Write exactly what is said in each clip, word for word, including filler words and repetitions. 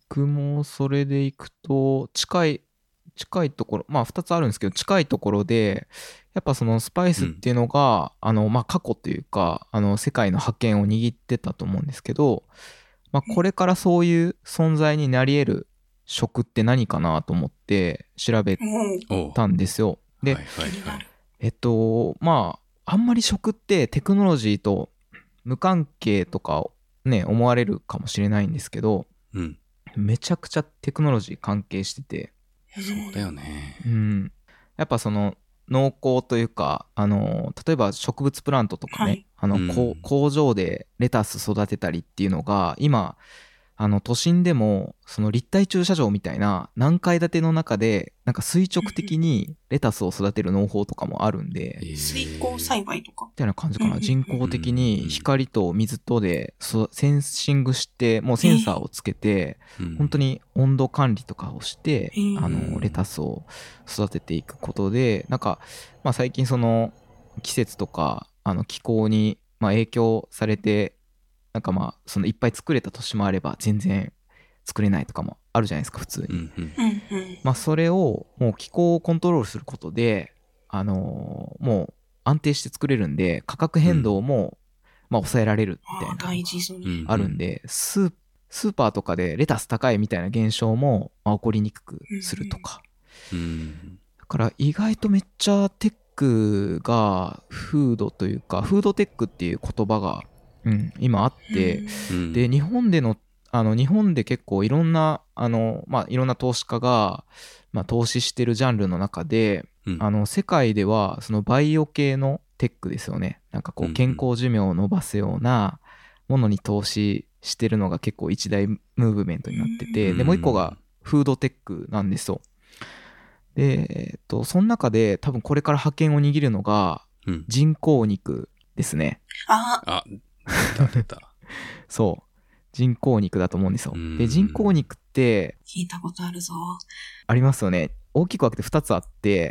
僕もそれで行くと近い近いところ、まあふたつあるんですけど、近いところでやっぱそのスパイスっていうのが、うん、あのまあ過去というかあの世界の覇権を握ってたと思うんですけど、まあ、これからそういう存在になり得る食って何かなと思って調べたんですよ。で、はいはいはい、えっとまああんまり食ってテクノロジーと無関係とかね思われるかもしれないんですけど、うん、めちゃくちゃテクノロジー関係してて。 そうだよね。 うん、やっぱその農耕というか、あの例えば植物プラントとかね、はい、あの、うん、工場でレタス育てたりっていうのが今あの都心でもその立体駐車場みたいな何階建ての中でなんか垂直的にレタスを育てる農法とかもあるんで、 えー、水耕栽培とかみたいな感じかな、人工的に光と水とでセンシングしてもうセンサーをつけて本当に温度管理とかをしてあのレタスを育てていくことで、なんかまあ最近その季節とかあの気候にまあ影響されてなんかまあそのいっぱい作れた年もあれば全然作れないとかもあるじゃないですか普通に、うんうん、まあそれをもう気候をコントロールすることであのー、もう安定して作れるんで価格変動もまあ抑えられるみたいなのがあるんで、スースーパーとかでレタス高いみたいな現象もまあ起こりにくくするとか、だから意外とめっちゃテックがフードというかフードテックっていう言葉がうん、今あって、うん、で日本でのあの日本で結構いろんなあの、まあ、いろんな投資家が、まあ、投資してるジャンルの中で、うん、あの世界ではそのバイオ系のテックですよね、なんかこう健康寿命を伸ばすようなものに投資してるのが結構一大ムーブメントになってて、でもう一個がフードテックなんですよ。で、えっと、その中で多分これから覇権を握るのが人工肉ですね。 うん、ああ出た出たそう人工肉だと思うんですよ。で人工肉って聞いたことあるぞ。 ありますよね。大きく分けてふたつあって、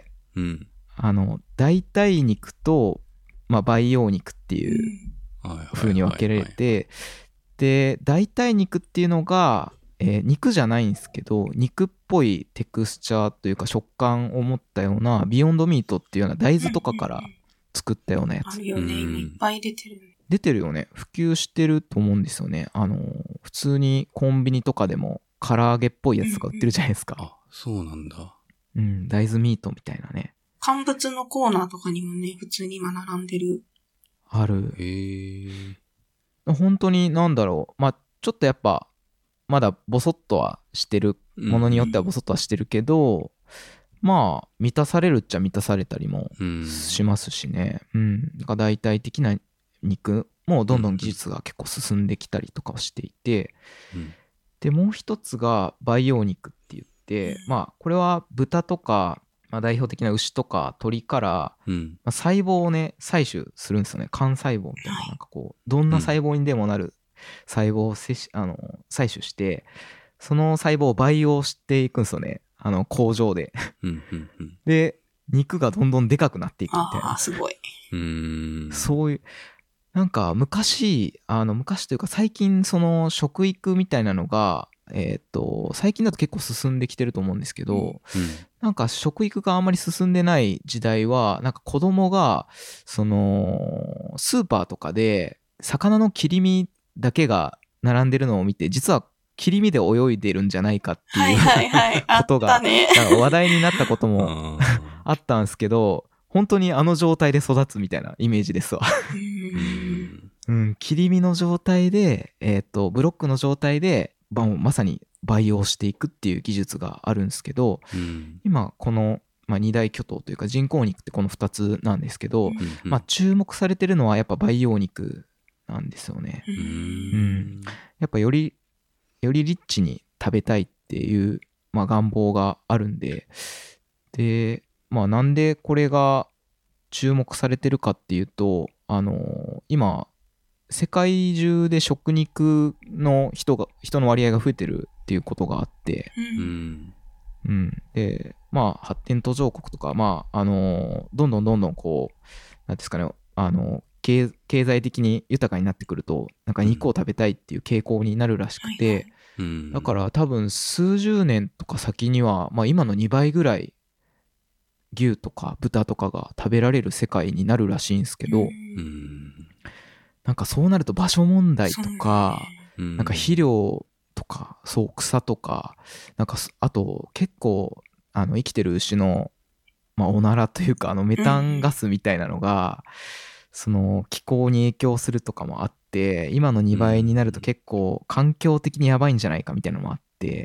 うん、あの代替肉と、まあ、培養肉っていう風に分けられて、で代替肉っていうのが、えー、肉じゃないんですけど肉っぽいテクスチャーというか食感を持ったようなビヨンドミートっていうような大豆とかから作ったようなやつ。 あるよね、今いっぱい出てる。 出てるよね。普及してると思うんですよね。あの普通にコンビニとかでも唐揚げっぽいやつとか売ってるじゃないですか。 あ、そうなんだ。 うん、大豆ミートみたいなね。 乾物のコーナーとかにもね、普通に今並んでる。 ある。 へー。 本当になんだろう。まあちょっとやっぱまだボソッとはしてるものによってはボソッとはしてるけど、うん、まあ満たされるっちゃ満たされたりもしますしね。うん。なんか代替的な肉もどんどん技術が結構進んできたりとかをしていて、うん、でもう一つが培養肉って言って、うん、まあこれは豚とか、まあ、代表的な牛とか鳥から、うんまあ、細胞をね採取するんですよね。幹細胞みたいな、なんかこうどんな細胞にでもなる細胞を摂あの採取してその細胞を培養していくんですよね、あの工場でで肉がどんどんでかくなっていくみたいな。 あすごい。 うーんそういうなんか昔あの昔というか最近その食育みたいなのがえっと最近だと結構進んできてると思うんですけど、うん、なんか食育があんまり進んでない時代はなんか子供がそのスーパーとかで魚の切り身だけが並んでるのを見て実は切り身で泳いでるんじゃないかっていうことが話題になったこともあったんですけど、本当にあの状態で育つみたいなイメージですわうん、切り身の状態で、えーと、ブロックの状態でまさに培養していくっていう技術があるんですけど、うん、今この、まあ、二大巨頭というか人工肉ってこのふたつなんですけど、うんまあ、注目されてるのはやっぱ培養肉なんですよね、うんうん、やっぱよりよりリッチに食べたいっていう、まあ、願望があるんで、でまあなんでこれが注目されてるかっていうと、あのー、今世界中で食肉の人が人の割合が増えてるっていうことがあって、うんうん、でまあ発展途上国とかまああのー、どんどんどんどんこうなんですかね、あのー、経済的に豊かになってくるとなんか肉を食べたいっていう傾向になるらしくて、 うん、 だから多分数十年とか先には、まあ、今のにばいぐらい牛とか豚とかが食べられる世界になるらしいんですけど、 うんうんなんかそうなると場所問題とか、 そうねなんか肥料とか、そう草とか、なんかすあと結構あの生きてる牛の、まあ、おならというかあのメタンガスみたいなのが、その気候に影響するとかもあって、今のにばいになると結構環境的にやばいんじゃないかみたいなのもあって、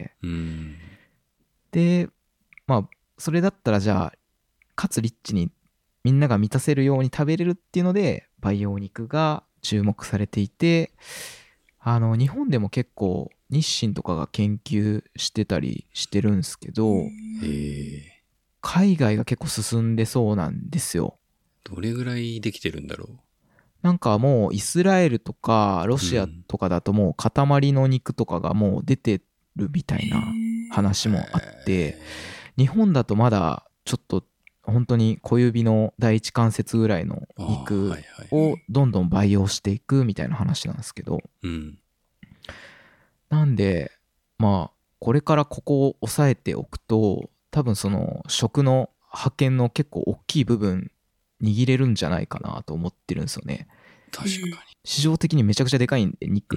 うんでまあそれだったらじゃあかつリッチにみんなが満たせるように食べれるっていうので培養肉が注目されていて、あの日本でも結構日清とかが研究してたりしてるんですけど、 へえ海外が結構進んでそうなんですよ。 どれぐらいできてるんだろなんかもうイスラエルとかロシアとかだともう塊の肉とかがもう出てるみたいな話もあって、日本だとまだちょっと本当に小指の第一関節ぐらいの肉をどんどん培養していくみたいな話なんですけど、 う、うん、 なんでまあこれからここを押さえておくと多分その食の覇権の結構大きい部分握れるんじゃないかなと思ってるんですよね。 確かに市場的にめちゃくちゃでかいんで肉、 うん、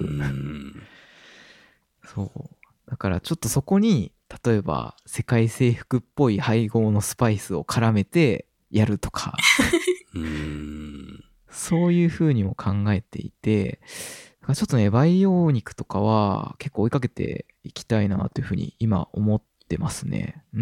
そうだからちょっとそこに例えば世界征服っぽい配合のスパイスを絡めてやるとかうんそういう風にも考えていて、だからちょっとね培養肉とかは結構追いかけていきたいなという風に今思ってますね。うん。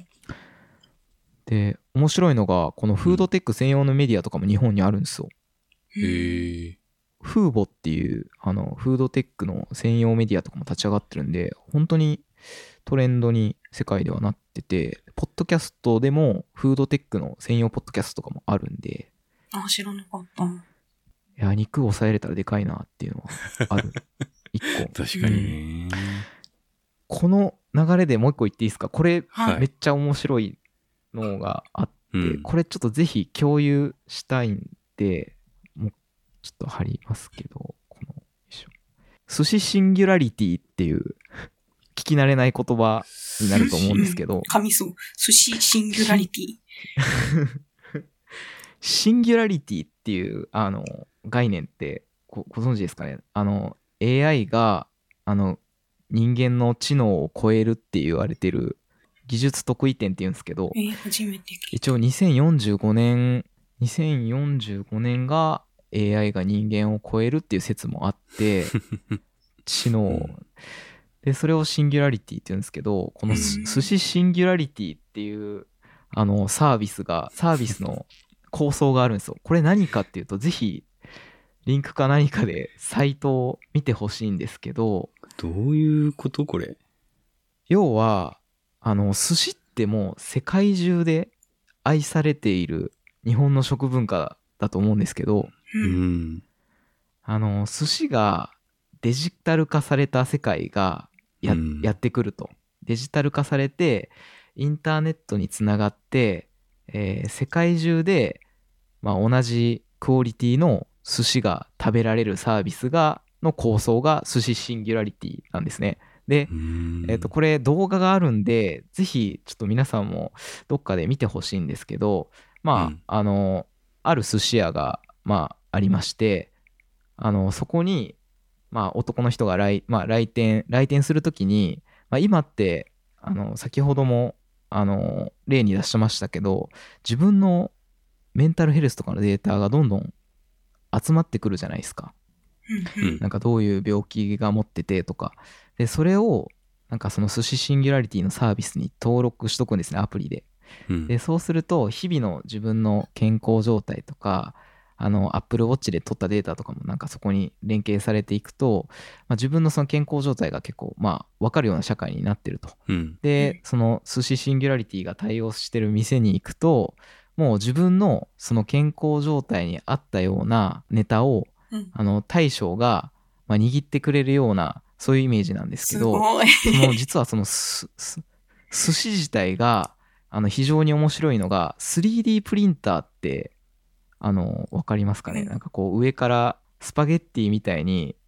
で面白いのがこのフードテック専用のメディアとかも日本にあるんですよ。 へえフーボっていうあのフードテックの専用メディアとかも立ち上がってるんで、本当にトレンドに世界ではなってて、ポッドキャストでもフードテックの専用ポッドキャストとかもあるんで、 あ、知らなかった。 いや肉を抑えれたらでかいなっていうのはある一個。 確かにね、 この流れでもう一個言っていいですか。これはいめっちゃ面白いのがあって、 うんこれちょっとぜひ共有したいんで、もうちょっと貼りますけど、このよいしょ寿司シンギュラリティっていう聞き慣れない言葉になると思うんですけど、 噛みそう。寿司シンギュラリティ。 シンギュラリティっていうあの概念ってご、ご存知ですかね。あの エーアイ があの人間の知能を超えるって言われてる技術特異点って言うんですけど、 えー、初めて聞いた。 一応にせんよんじゅうごねんにせんよんじゅうごねんが エーアイ が人間を超えるっていう説もあって知能を、でそれをシンギュラリティって言うんですけど、この寿司シンギュラリティっていうあのサービスがサービスの構想があるんですよ。これ何かっていうと、ぜひリンクか何かでサイトを見てほしいんですけど、 どういうことこれ。 要はあの寿司ってもう世界中で愛されている日本の食文化だと思うんですけど、 ううんんあの寿司がデジタル化された世界が や,、 うんやってくると。デジタル化されてインターネットにつながって、えー世界中で、まあ、同じクオリティの寿司が食べられるサービスがの構想が寿司シンギュラリティなんですね。で、 うんえっとこれ動画があるんでぜひちょっと皆さんもどっかで見てほしいんですけど、まあ、 うんあのある寿司屋がまあありまして、あのそこにまあ男の人が来、まあ、来店来店するときに、まあ、今ってあの先ほどもあの例に出してましたけど、自分のメンタルヘルスとかのデータがどんどん集まってくるじゃないですか。 うんうんなんかどういう病気が持っててとかで、それをなんかその寿司シンギュラリティのサービスに登録しとくんですね、アプリで。 うんでそうすると日々の自分の健康状態とか、あの Apple Watch で取ったデータとかもなんかそこに連携されていくと、まあ、自分のその健康状態が結構まあ分かるような社会になってると。 うんでその寿司シンギュラリティが対応してる店に行くと、もう自分のその健康状態に合ったようなネタをうんあの大将がまあ握ってくれるようなそういうイメージなんですけど、 すごい。 その実はそのすす寿司自体があの非常に面白いのが スリーディー プリンターってあの分かりますかね、 うんなんかこう上からスパゲッティみたいに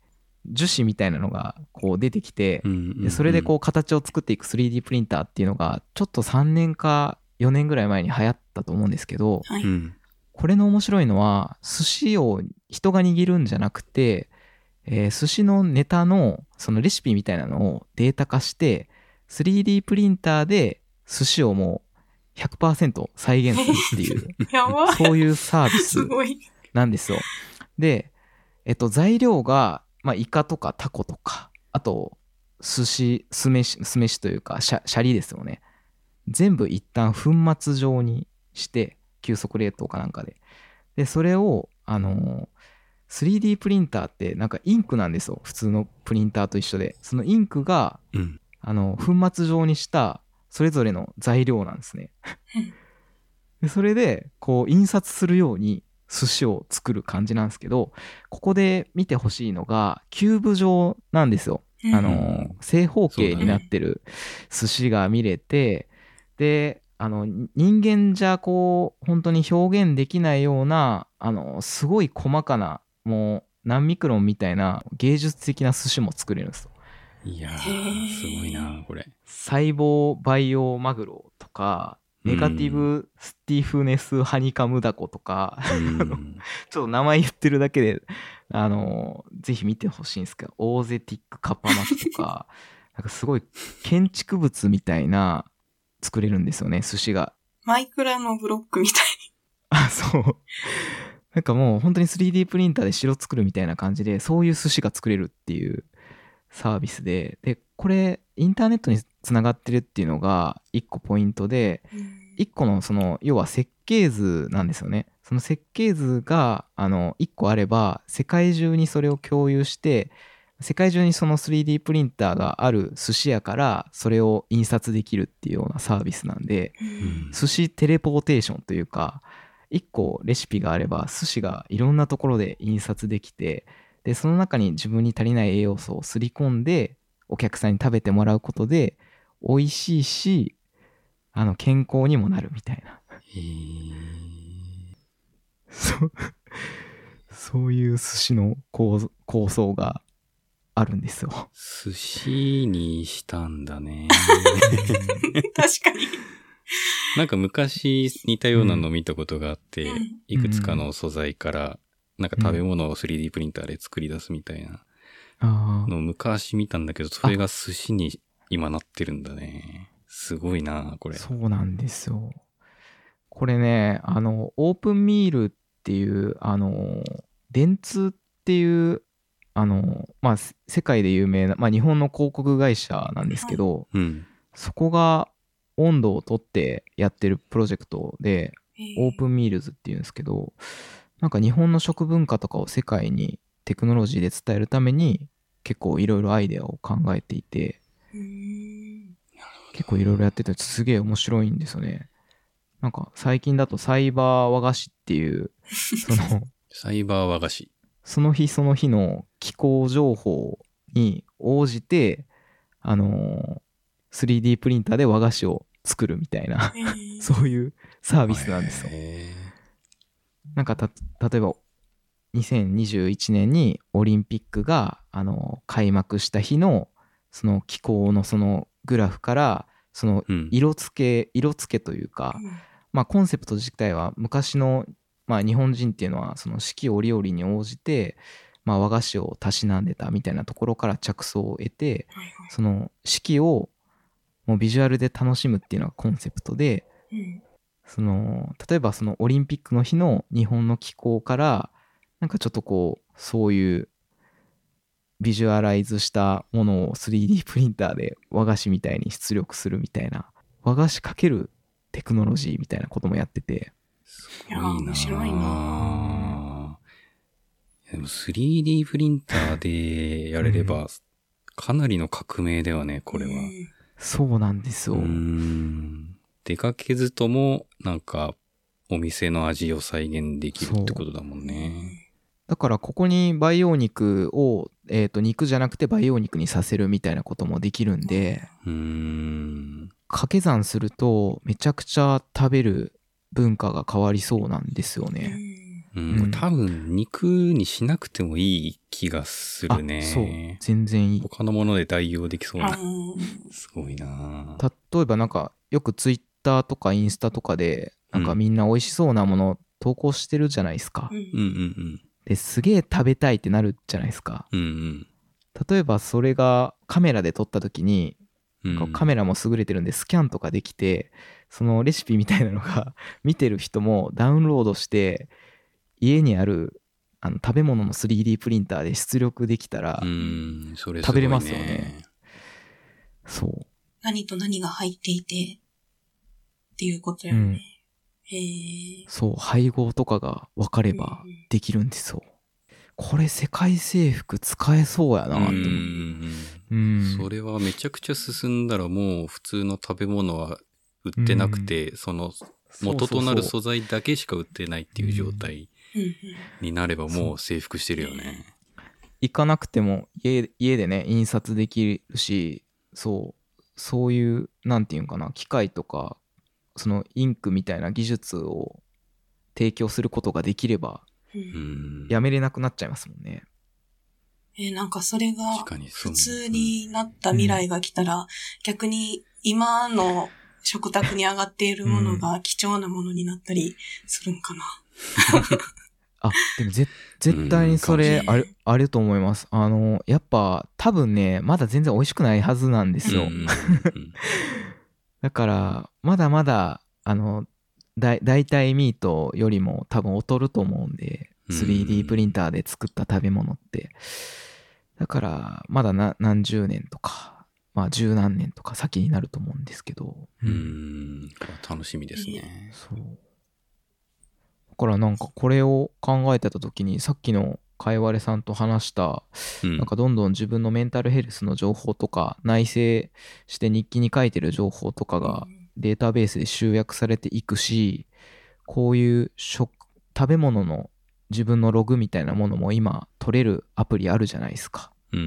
樹脂みたいなのがこう出てきて、 うんうんうん、 でそれでこう形を作っていく スリーディー プリンターっていうのがちょっとさんねんかよねんぐらい前に流行ったと思うんですけど、 はい、 これの面白いのは寿司を人が握るんじゃなくて、えー、寿司のネタのそのレシピみたいなのをデータ化して スリーディー プリンターで寿司をもう ひゃくパーセント 再現するっていうやばいそういうサービスすごい。 なんですよ。で、えっと、材料が、まあ、イカとかタコとか、あと寿司酢飯酢飯というかシャシャリですよね。全部一旦粉末状にして急速冷凍かなんかででそれをあの スリーディー プリンターってなんかインクなんですよ、普通のプリンターと一緒で。そのインクが、うん、あの粉末状にしたそれぞれの材料なんですねでそれでこう印刷するように寿司を作る感じなんですけど、ここで見てほしいのがキューブ状なんですよ。あの正方形になってる寿司が見れて、であの人間じゃこう本当に表現できないようなあのすごい細かなもう何ミクロンみたいな芸術的な寿司も作れるんですよ。 いやーすごいなこれ。 細胞培養マグロとかネガティブスティフネスハニカムダコとか、うん、ちょっと名前言ってるだけであのぜひ見てほしいんですけど、オーゼティックカパマスとかなんかすごい建築物みたいな作れるんですよね、寿司が。 マイクラのブロックみたい。 あ、そう。なんかもう本当に スリーディー プリンターで城作るみたいな感じで、そういう寿司が作れるっていうサービスで、でこれインターネットにつながってるっていうのが一個ポイントで、一個のその要は設計図なんですよね。その設計図があの一個あれば世界中にそれを共有して、世界中にその スリーディー プリンターがある寿司屋からそれを印刷できるっていうようなサービスなんで、うん、寿司テレポーテーションというか、一個レシピがあれば寿司がいろんなところで印刷できて、でその中に自分に足りない栄養素をすり込んでお客さんに食べてもらうことで美味しいし、あの健康にもなるみたいな。へーそうそういう寿司の構構想があるんですよ。 寿司にしたんだね。 確かに。 なんか昔似たようなの見たことがあって、うん、いくつかの素材からなんか食べ物を スリーディー プリンターで作り出すみたいなのを昔見たんだけど、それが寿司に今なってるんだね。すごいなこれ。 そうなんですよ。これね、あのオープンミールっていうあの電通っていうあのまあ世界で有名な、まあ、日本の広告会社なんですけど、 うん、 そこが温度をとってやってるプロジェクトでオープンミールズっていうんですけど、なんか日本の食文化とかを世界にテクノロジーで伝えるために結構いろいろアイデアを考えていて、結構いろいろやっててすげえ面白いんですよね。なんか最近だとサイバー和菓子っていうそのサイバー和菓子、 その日その日の気候情報に応じてあの スリーディー プリンターで和菓子を作るみたいなそういうサービスなんですよ。なんかた例えばにせんにじゅういちねんにオリンピックがあの開幕した日のその気候のそのグラフからその色付け、うん、色付けというか、うん、まあコンセプト自体は昔のまあ日本人っていうのはその四季折々に応じてまあ和菓子をたしなんでたみたいなところから着想を得て、その四季をもうビジュアルで楽しむっていうのがコンセプトで、うん、その例えばそのオリンピックの日の日本の気候からなんかちょっとこうそういうビジュアライズしたものを スリーディー プリンターで和菓子みたいに出力するみたいな、和菓子かけるテクノロジーみたいなこともやってて、 すごいな。面白いな。でも スリーディー プリンターでやれればかなりの革命ではね、これは。 そうなんですよ。うーん、出かけずともなんかお店の味を再現できるってことだもんね。 だからここに培養肉を、えーと、肉じゃなくて培養肉にさせるみたいなこともできるんで、 うーん、 掛け算するとめちゃくちゃ食べる文化が変わりそうなんですよね。 ううん、うん、多分肉にしなくてもいい気がするね。 そう。全然いい。 他のもので代用できそうな。すごいな。 例えばなんかよくツイッターとかインスタとかでなんかみんな美味しそうなもの投稿してるじゃないですか。 うんうんうん。 ですげえ食べたいってなるじゃないですか。 うんうん。 例えばそれがカメラで撮った時に、うん、カメラも優れてるんでスキャンとかできて、そのレシピみたいなのが見てる人もダウンロードして家にあるあの食べ物の スリーディー プリンターで出力できたら食べれますよね。そう。 何と何が入っていてっていうことよね。うん、へーそう、配合とかが分かればできるんですよ。うん、これ世界征服使えそうやなって思う。 うんうん、それはめちゃくちゃ進んだらもう普通の食べ物は売ってなくて、うん、その元となる素材だけしか売ってないっていう状態になればもう征服してるよね。 行かなくても 家, 家でね印刷できるし、そうそういうなんていうんかな、機械とかそのインクみたいな技術を提供することができれば、うん、やめれなくなっちゃいますもんね。 えー、なんかそれが普通になった未来が来たら、うん、逆に今の食卓に上がっているものが貴重なものになったりするんかな。 あ、でもぜ絶対にそれある、あると思います。あのやっぱ多分ねまだ全然美味しくないはずなんですよ。だからまだまだあのだ代替ミートよりも多分劣ると思うんで、 スリーディー プリンターで作った食べ物って。だからまだな何十年とかまあ十何年とか先になると思うんですけど、 うん、うーん楽しみですね。 そうだからなんかこれを考えてた時にさっきのかいわれさんと話した、うん、なんかどんどん自分のメンタルヘルスの情報とか内省して日記に書いてる情報とかがデータベースで集約されていくし、こういう食食べ物の自分のログみたいなものも今取れるアプリあるじゃないですか、 うんうん、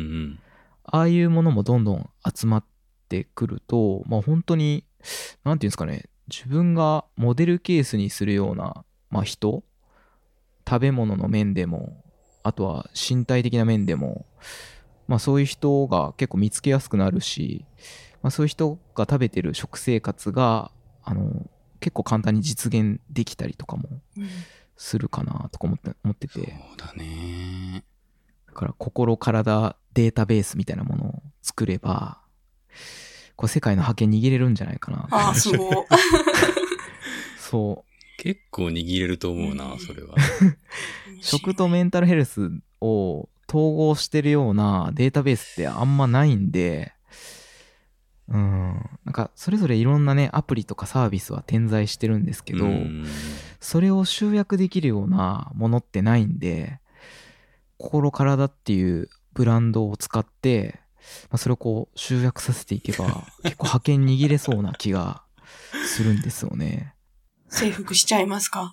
ああいうものもどんどん集まってくると、まあ本当になんていうんですかね、自分がモデルケースにするような、まあ、人、食べ物の面でもあとは身体的な面でも、まあ、そういう人が結構見つけやすくなるし、まあ、そういう人が食べてる食生活があの結構簡単に実現できたりとかもするかなとか思って、思ってて、 そうだね。 だから心体データベースみたいなものを作ればこれ世界の覇権握れるんじゃないかな。 ああ、そう。 そう。 結構握れると思うな、それは。 食とメンタルヘルスを統合してるようなデータベースってあんまないんで、うん、なんかそれぞれいろんなねアプリとかサービスは点在してるんですけど、それを集約できるようなものってないんで、心体っていうブランドを使って、まあ、それをこう集約させていけば結構覇権握れそうな気がするんですよね。 征服しちゃいますか？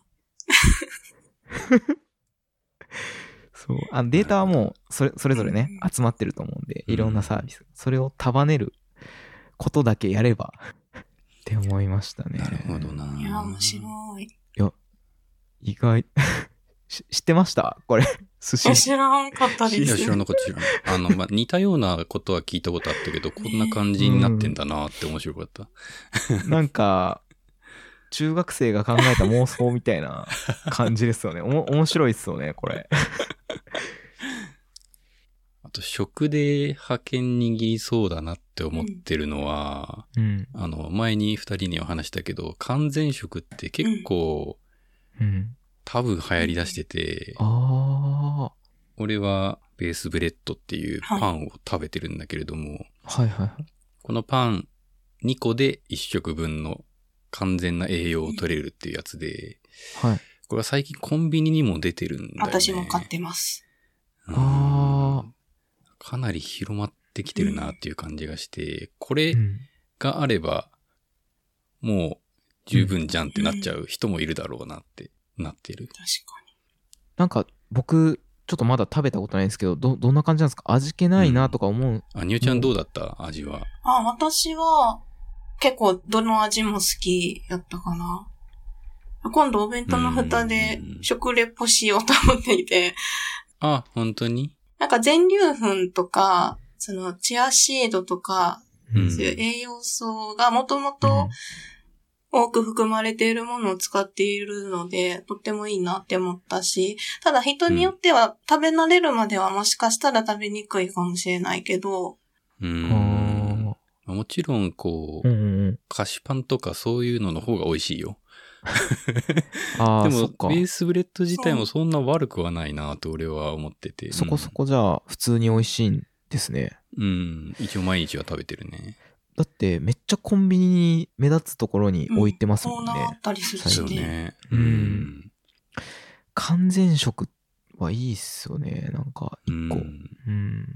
そうあデータはもうそれ、それぞれね集まってると思うんで、いろんなサービス、それを束ねることだけやればって思いましたね。 なるほどな。 いや面白い。いや意外知ってましたこれ寿司？ 知らんかったです。 いや知らなかった知らなあの、まあ、似たようなことは聞いたことあったけど、こんな感じになってんだなって面白かった。 うん、なんか中学生が考えた妄想みたいな感じですよね。おも面白いですよねこれ。 あと食で覇権握りそうだなって思ってるのは、うん、あの前にふたりには話したけど完全食って結構、うん、多分流行り出してて、うん、あ俺はベースブレッドっていうパンを食べてるんだけれども、 はいはいはい、 このパンにこでいっ食分の完全な栄養を取れるっていうやつで、はい、これは最近コンビニにも出てるんだよね。 私も買ってます。 ああ、かなり広まってきてるなっていう感じがして、うん、これがあればもう十分じゃんってなっちゃう人もいるだろうなってなってる。 確かに。 なんか僕ちょっとまだ食べたことないんですけど、どどんな感じなんですか？味気ないなとか思う。うん、 あ、にゅうちゃんどうだった味は？ あ、私は結構どの味も好きやったかな。 今度お弁当の蓋で食レポしようと思っていて。 あ、本当に？ なんか全粒粉とか、そのチアシードとか、うん、そういう栄養素がもともと多く含まれているものを使っているので、とってもいいなって思ったし、ただ人によっては食べ慣れるまではもしかしたら食べにくいかもしれないけど、 うん、もちろんこう、うんうん、菓子パンとかそういうのの方が美味しいよ。あでもベースブレッド自体もそんな悪くはないなと俺は思ってて、 そこそこじゃあ普通に美味しいんですね。 うん一応毎日は食べてるね。 だってめっちゃコンビニに目立つところに置いてますもんね。うん、 あったりするしね。 うん。完全食はいいっすよね。なんか一個。うん。うん、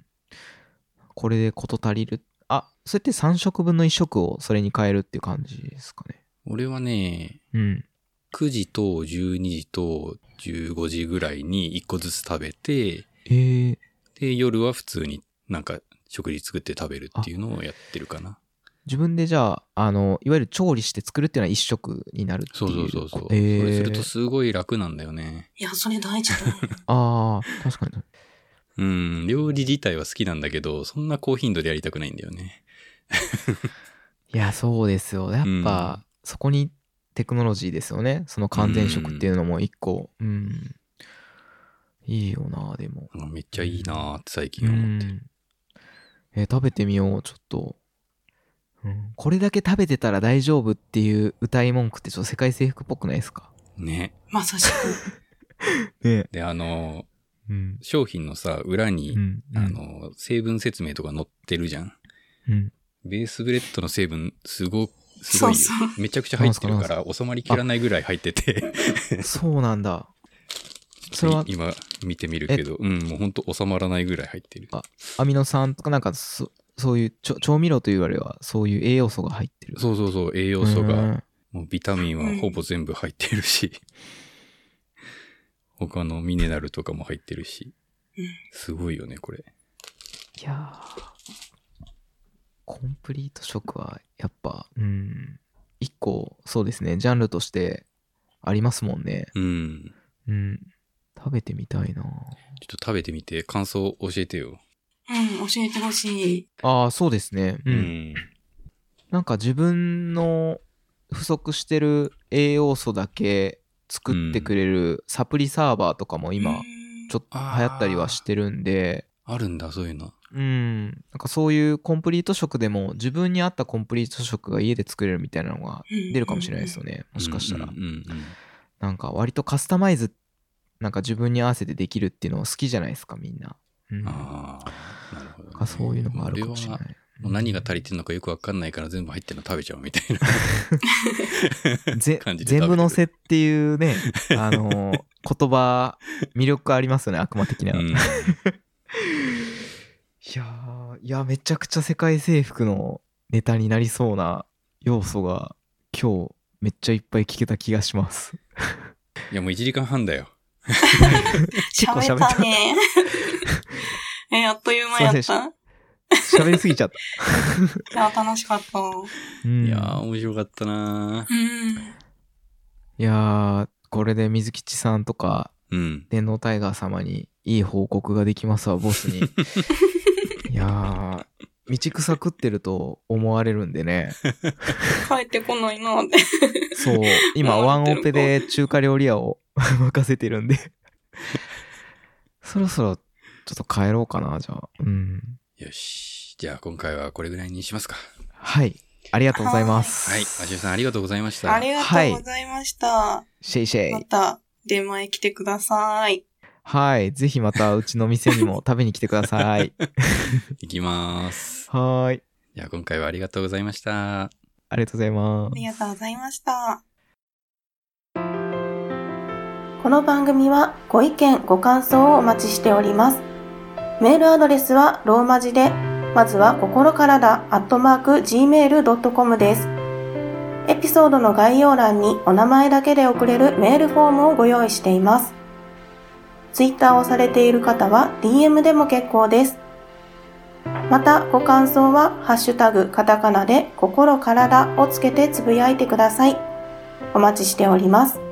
これで事足りる。あ、それってさん食分のいっ食をそれに変えるっていう感じですかね。 俺はね、うん、くじとじゅうにじとじゅうごじぐらいにいっこずつ食べて、えー、で夜は普通になんか食事作って食べるっていうのをやってるかな。 自分でじゃあ、あのいわゆる調理して作るっていうのは一食になるっていう。 そうそうそうそう、えー、それするとすごい楽なんだよね。 いやそれ大事だ。 ああ確かに。 うん料理自体は好きなんだけどそんな高頻度でやりたくないんだよね。 いやそうですよやっぱ、うん、そこにテクノロジーですよね。その完全食っていうのも一個、うん、うん、いいよなでも。 めっちゃいいなって最近思ってる。うん、 えー、食べてみようちょっと、うん。これだけ食べてたら大丈夫っていう歌い文句ってちょっと世界征服っぽくないですか？ ね。 まさしく。ね。であの、うん、商品のさ裏に、うんうん、あの成分説明とか載ってるじゃん。うん、ベースブレッドの成分すごくすごいそうそうめちゃくちゃ入ってるから収まりきらないぐらい入っててそうなんだ。 それは今見てみるけどうんもうほんと収まらないぐらい入ってる。 あアミノ酸とかなんか そ, そういう調味料というよりはそういう栄養素が入ってる。 そうそうそう栄養素がもうビタミンはほぼ全部入ってるし、うん、他のミネラルとかも入ってるしすごいよねこれ。 いやーコンプリート食はやっぱうん一個そうですねジャンルとしてありますもんね。うんうん食べてみたいな。ちょっと食べてみて感想教えてよ。 うん教えてほしい。 ああそうですね、うん、うん、なんか自分の不足してる栄養素だけ作ってくれるサプリサーバーとかも今ちょっと流行ったりはしてるんで。 あるんだそういうの。 うんなんかそういうコンプリート食でも自分に合ったコンプリート食が家で作れるみたいなのが出るかもしれないですよね、もしかしたら、うんうんうん、なんか割とカスタマイズなんか自分に合わせてできるっていうの好きじゃないですかみんな、うん、ああなるほど、ね、なんかそういうのがあるかもしれない。 もう何が足りてるのかよく分かんないから全部入ってるの食べちゃうみたいな感じで全部のせっていうねあの言葉魅力ありますよね悪魔的な、うんいやーいやめちゃくちゃ世界征服のネタになりそうな要素が今日めっちゃいっぱい聞けた気がしますいやもういちじかんはんだよ結構喋ったねえあっという間やった。 喋りすぎちゃったいや楽しかった、 うん、いやー面白かったな、うん、 いやーこれで水吉さんとか、うん、電脳タイガー様にいい報告ができますわボスにいやー道草食ってると思われるんでね帰ってこないなってそう今ワンオペで中華料理屋を任せてるんでそろそろちょっと帰ろうかなじゃあ、うん、 よしじゃあ今回はこれぐらいにしますか。 はいありがとうございます。 はい、あしゅうさんありがとうございました。 ありがとうございました、はい、 シェイシェイまた出前来てください。 はいぜひまたうちの店にも食べに来てください行きます。 はい。 じゃあ今回はありがとうございました。 ありがとうございます。 ありがとうございました。この番組はご意見ご感想をお待ちしております。メールアドレスはローマ字でまずは心からだアットマーク ジーメールドットコム です。エピソードの概要欄にお名前だけで送れるメールフォームをご用意しています。ツイッターをされている方は ディーエム でも結構です。またご感想はハッシュタグカタカナで心からだをつけてつぶやいてください。お待ちしております。